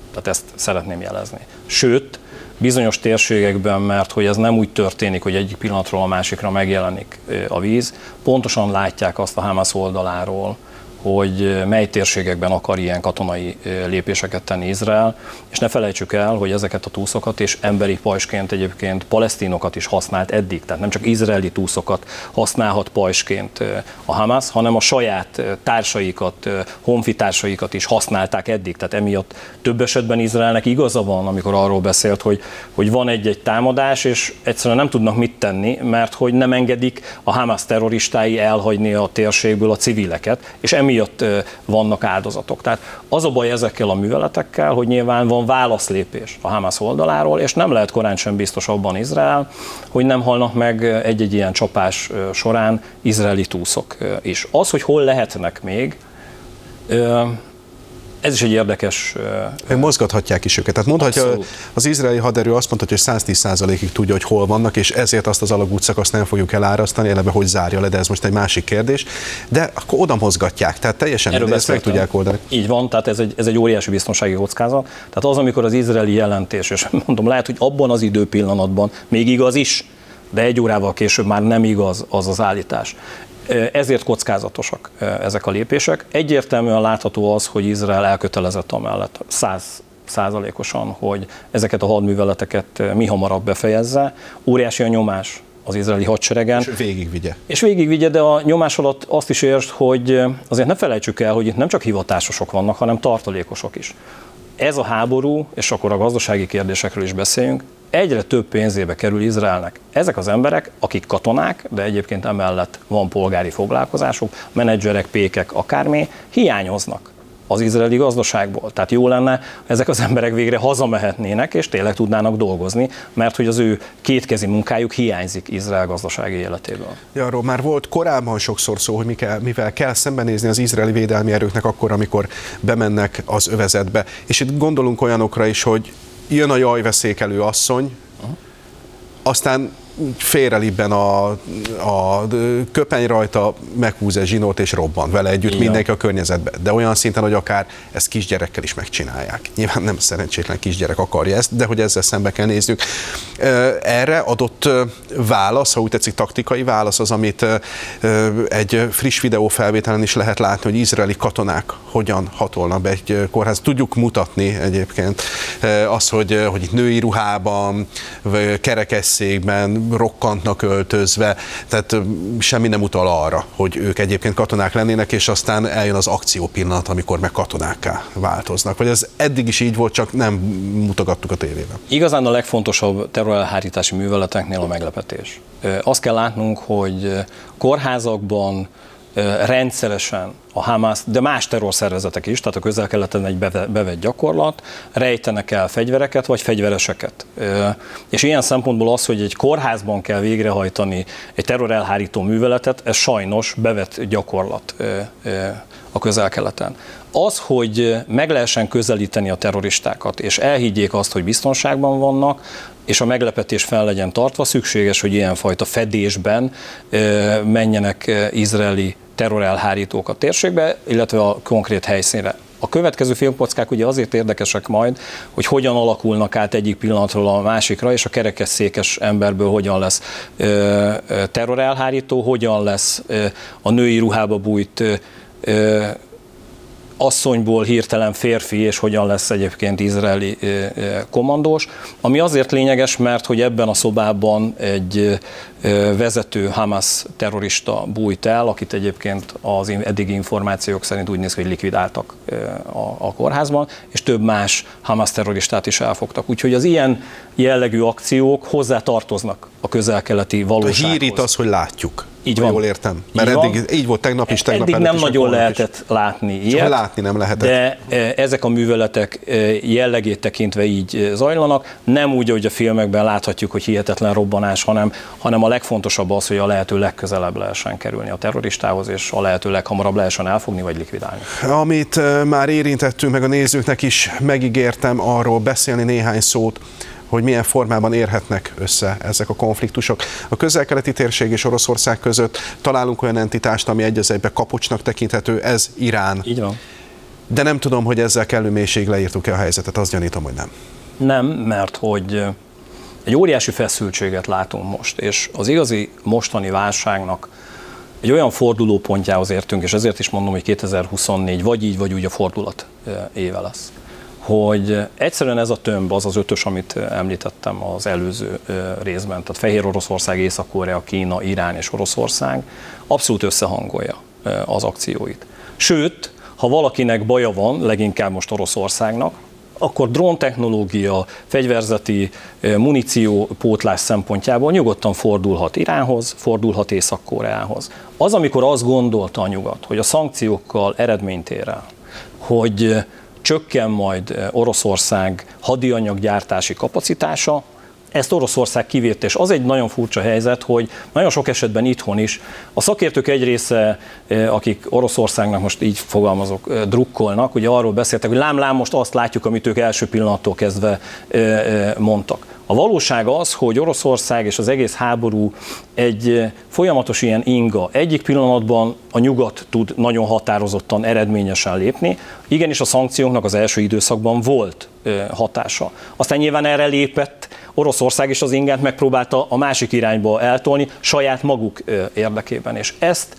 Tehát ezt szeretném jelezni. Sőt, bizonyos térségekben, mert hogy ez nem úgy történik, hogy egyik pillanatról a másikra megjelenik a víz, pontosan látják azt a Hamas oldaláról, hogy mely térségekben akar ilyen katonai lépéseket tenni Izrael, és ne felejtsük el, hogy ezeket a túszokat és emberi pajsként egyébként palesztinokat is használt eddig, tehát nem csak izraeli túszokat használhat pajsként a Hamas, hanem a saját társaikat, honfitársaikat is használták eddig, tehát emiatt több esetben Izraelnek igaza van, amikor arról beszélt, hogy, hogy van egy-egy támadás, és egyszerűen nem tudnak mit tenni, mert hogy nem engedik a Hamas terroristái elhagyni a térségből a civileket, és emiatt vannak áldozatok. Tehát az a baj ezekkel a műveletekkel, hogy nyilván van válaszlépés a Hamas oldaláról, és nem lehet korán sem biztos abban Izrael, hogy nem halnak meg egy-egy ilyen csapás során izraeli túszok is. Az, hogy hol lehetnek még, ez is egy érdekes... Ők mozgathatják is őket. Tehát mondhatja, abszolút. Az izraeli haderő azt mondhatja, hogy száz tíz százalékig tudja, hogy hol vannak, és ezért azt az alagútszakaszt nem fogjuk elárasztani, eleve hogy zárja le, de ez most egy másik kérdés. De akkor oda mozgatják, tehát teljesen erről ezt meg tudják oldani. Így van, tehát ez egy, ez egy óriási biztonsági kockázat. Tehát az, amikor az izraeli jelentés, és mondom, lehet, hogy abban az időpillanatban még igaz is, de egy órával később már nem igaz az az állítás. Ezért kockázatosak ezek a lépések. Egyértelműen látható az, hogy Izrael elkötelezett amellett száz százalékosan, hogy ezeket a hadműveleteket mi hamarabb befejezze. Óriási a nyomás az izraeli hadseregen. És végigvigye. És végigvigye, de a nyomás alatt azt is értsd, hogy azért ne felejtsük el, hogy itt nem csak hivatásosok vannak, hanem tartalékosok is. Ez a háború, és akkor a gazdasági kérdésekről is beszéljünk, egyre több pénzébe kerül Izraelnek. Ezek az emberek, akik katonák, de egyébként emellett van polgári foglalkozásuk, menedzserek, pékek, akármi, hiányoznak az izraeli gazdaságból. Tehát jó lenne, ha ezek az emberek végre hazamehetnének, és tényleg tudnának dolgozni, mert hogy az ő kétkezi munkájuk hiányzik Izrael gazdasági életéből. Ja, arról már volt korábban sokszor szó, hogy mi kell, mivel kell szembenézni az izraeli védelmi erőknek akkor, amikor bemennek az övezetbe. És itt gondolunk olyanokra is, hogy jön a jajveszékelő asszony, aztán félrelibben a, a köpeny rajta, meghúz egy zsinót és robban vele együtt igen. Mindenki a környezetbe. De olyan szinten, hogy akár ezt kisgyerekkel is megcsinálják. Nyilván nem szerencsétlen kisgyerek akarja ezt, de hogy ezzel szembe kell néznünk. Erre adott válasz, ha úgy tetszik taktikai válasz az, amit egy friss videófelvételen is lehet látni, hogy izraeli katonák hogyan hatolnak be egy kórház. Tudjuk mutatni egyébként az, hogy, hogy itt női ruhában, kerekesszékben, rokkantnak öltözve, tehát semmi nem utal arra, hogy ők egyébként katonák lennének, és aztán eljön az akció pillanat, amikor meg katonákká változnak. Vagy ez eddig is így volt, csak nem mutogattuk a tévében. Igazán a legfontosabb terrorelhárítási műveleteknél a meglepetés. Azt kell látnunk, hogy kórházakban rendszeresen a Hamas, de más terrorszervezetek is, tehát a Közel-Keleten egy bevett gyakorlat, rejtenek el fegyvereket vagy fegyvereseket. És ilyen szempontból az, hogy egy kórházban kell végrehajtani egy terrorelhárító műveletet, ez sajnos bevett gyakorlat a Közel-Keleten. Az, hogy meg lehessen közelíteni a terroristákat, és elhiggyék azt, hogy biztonságban vannak, és a meglepetés fel legyen tartva, szükséges, hogy ilyenfajta fedésben menjenek izraeli terrorelhárítók a térségbe, illetve a konkrét helyszínre. A következő filmkockák ugye azért érdekesek majd, hogy hogyan alakulnak át egyik pillanatról a másikra, és a kerekesszékes emberből hogyan lesz terrorelhárító, hogyan lesz a női ruhába bújt asszonyból hirtelen férfi, és hogyan lesz egyébként izraeli kommandós, ami azért lényeges, mert hogy ebben a szobában egy vezető Hamas terrorista bújt el, akit egyébként az eddigi információk szerint úgy néz ki, hogy likvidáltak a, a kórházban, és több más Hamas terroristát is elfogtak. Úgyhogy az ilyen jellegű akciók hozzá tartoznak a közel-keleti valósághoz. A hír itt az, hogy látjuk. Így van. Jól értem. Mert így, eddig, így volt tegnap is, tegnap eddig nem is, nagyon lehetett is. látni ilyet. Látni nem lehetett. De ezek a műveletek jellegét tekintve így zajlanak. Nem úgy, hogy a filmekben láthatjuk, hogy hihetetlen robbanás, hanem, hanem a legfontosabb az, hogy a lehető legközelebb lehessen kerülni a terroristához, és a lehető leghamarabb lehessen elfogni vagy likvidálni. Amit már érintettünk, meg a nézőknek is megígértem arról beszélni néhány szót, hogy milyen formában érhetnek össze ezek a konfliktusok. A közel-keleti térség és Oroszország között találunk olyan entitást, ami egy az egybe kapocsnak tekinthető, ez Irán. Így van. de nem tudom, hogy ezzel kellő mélységig leírtuk-e a helyzetet, azt gyanítom, hogy nem. Nem, mert hogy egy óriási feszültséget látunk most, és az igazi mostani válságnak egy olyan fordulópontjához értünk, és ezért is mondom, hogy kétezer-huszonnégy vagy így, vagy úgy a fordulat éve lesz. Hogy egyszerűen ez a tömb, az az ötös, amit említettem az előző részben, tehát Fehér Oroszország, Észak-Korea, Kína, Irán és Oroszország abszolút összehangolja az akcióit. Sőt, ha valakinek baja van, leginkább most Oroszországnak, akkor dróntechnológia, fegyverzeti muníciópótlás szempontjából nyugodtan fordulhat Iránhoz, fordulhat Észak-Koreához. Az, amikor azt gondolta a nyugat, hogy a szankciókkal eredményt ér el, hogy csökken majd Oroszország hadianyaggyártási kapacitása, ezt Oroszország kivédte, és az egy nagyon furcsa helyzet, hogy nagyon sok esetben itthon is a szakértők egy része, akik Oroszországnak most így fogalmazok, drukkolnak, ugye arról beszéltek, hogy lám-lám most azt látjuk, amit ők első pillanattól kezdve mondtak. A valóság az, hogy Oroszország és az egész háború egy folyamatos ilyen inga. Egyik pillanatban a nyugat tud nagyon határozottan, eredményesen lépni. Igenis a szankcióknak az első időszakban volt hatása. Aztán nyilván erre lépett Oroszország, és az ingát megpróbálta a másik irányba eltolni saját maguk érdekében. És ezt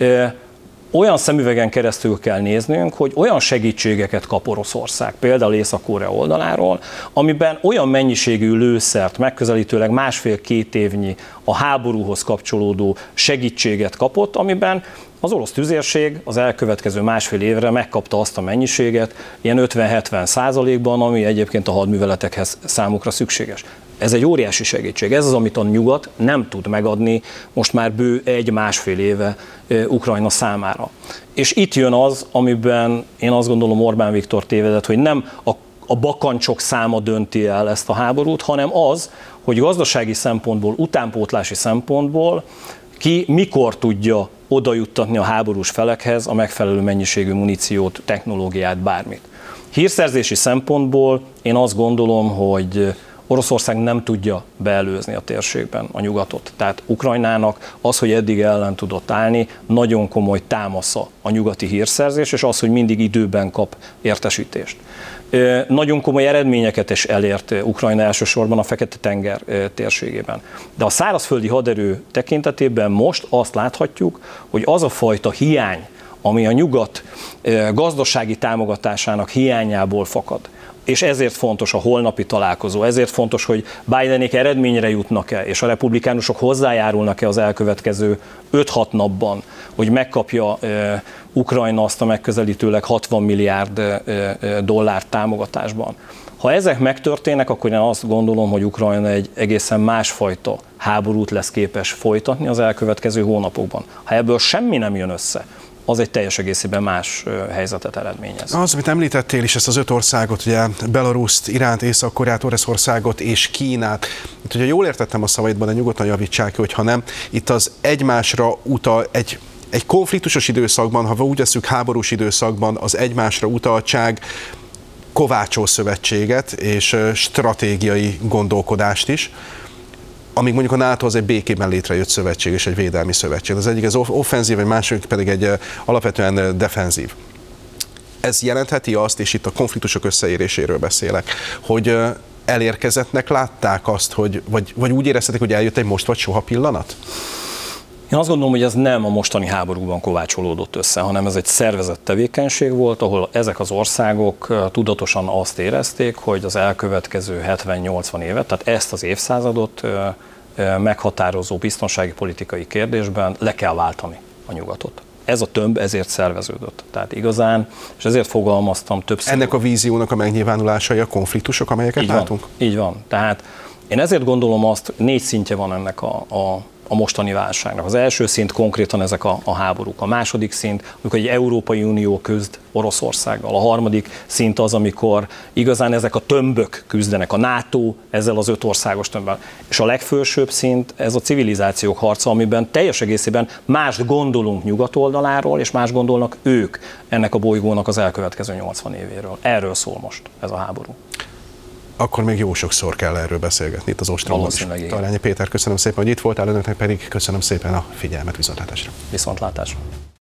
olyan szemüvegen keresztül kell néznünk, hogy olyan segítségeket kap Oroszország, például Észak-Korea oldaláról, amiben olyan mennyiségű lőszert, megközelítőleg másfél-két évnyi a háborúhoz kapcsolódó segítséget kapott, amiben az orosz tüzérség az elkövetkező másfél évre megkapta azt a mennyiséget, ilyen ötven-hetven százalékban, ami egyébként a hadműveletekhez számukra szükséges. Ez egy óriási segítség. Ez az, amit a nyugat nem tud megadni most már bő egy-másfél éve Ukrajna számára. És itt jön az, amiben én azt gondolom Orbán Viktor tévedett, hogy nem a, a bakancsok száma dönti el ezt a háborút, hanem az, hogy gazdasági szempontból, utánpótlási szempontból ki mikor tudja odajuttatni a háborús felekhez a megfelelő mennyiségű muníciót, technológiát, bármit. Hírszerzési szempontból én azt gondolom, hogy Oroszország nem tudja beelőzni a térségben a nyugatot. Tehát Ukrajnának az, hogy eddig ellen tudott állni, nagyon komoly támasza a nyugati hírszerzés, és az, hogy mindig időben kap értesítést. Nagyon komoly eredményeket is elért Ukrajna elsősorban a Fekete-tenger térségében. De a szárazföldi haderő tekintetében most azt láthatjuk, hogy az a fajta hiány, ami a nyugat gazdasági támogatásának hiányából fakad, és ezért fontos a holnapi találkozó, ezért fontos, hogy Bidenék eredményre jutnak-e, és a republikánusok hozzájárulnak-e az elkövetkező öt-hat napban, hogy megkapja e, Ukrajna azt a megközelítőleg hatvan milliárd e, e, dollár támogatásban. Ha ezek megtörténnek, akkor én azt gondolom, hogy Ukrajna egy egészen másfajta háborút lesz képes folytatni az elkövetkező hónapokban. Ha ebből semmi nem jön össze, az egy teljes egészében más helyzetet eredményez. Az, amit említettél is, ezt az öt országot, ugye Belaruszt, Iránt, Észak-Koreát, Oroszországot és Kínát. Itt, ugye jól értettem a szavaidban, de nyugodtan javítsák ki, hogyha nem. Itt az egymásra utal, egy, egy konfliktusos időszakban, ha úgy veszük háborús időszakban, az egymásra utaltság kovácsol szövetséget és stratégiai gondolkodást is, amíg mondjuk a NATO az egy békében létrejött szövetség és egy védelmi szövetség. Az egyik az offenzív, egy másik pedig egy alapvetően defenzív. Ez jelentheti azt, és itt a konfliktusok összeéréséről beszélek, hogy elérkezettnek látták azt, hogy, vagy, vagy úgy érezhetik, hogy eljött egy most vagy soha pillanat? Én azt gondolom, hogy ez nem a mostani háborúban kovácsolódott össze, hanem ez egy szervezett tevékenység volt, ahol ezek az országok tudatosan azt érezték, hogy az elkövetkező hetven-nyolcvan évet, tehát ezt az évszázadot meghatározó biztonsági politikai kérdésben le kell váltani a nyugatot. Ez a tömb ezért szerveződött. Tehát igazán, és ezért fogalmaztam többször. Ennek a víziónak a megnyilvánulásai a konfliktusok, amelyeket így látunk? Van, így van. Tehát én ezért gondolom azt, négy szintje van ennek a, a a mostani válságnak. Az első szint konkrétan ezek a, a háborúk. A második szint, amikor egy Európai Unió küzd Oroszországgal. A harmadik szint az, amikor igazán ezek a tömbök küzdenek, a NATO ezzel az öt országos tömbbel. És a legfelsőbb szint ez a civilizációk harca, amiben teljes egészében mást gondolunk nyugat oldaláról, és más gondolnak ők ennek a bolygónak az elkövetkező nyolcvan évéről. Erről szól most ez a háború. Akkor még jó sokszor kell erről beszélgetni itt az Ostromban is. Talányi Péter, köszönöm szépen, hogy itt voltál, önöknek pedig köszönöm szépen a figyelmet, viszontlátásra. Viszontlátásra.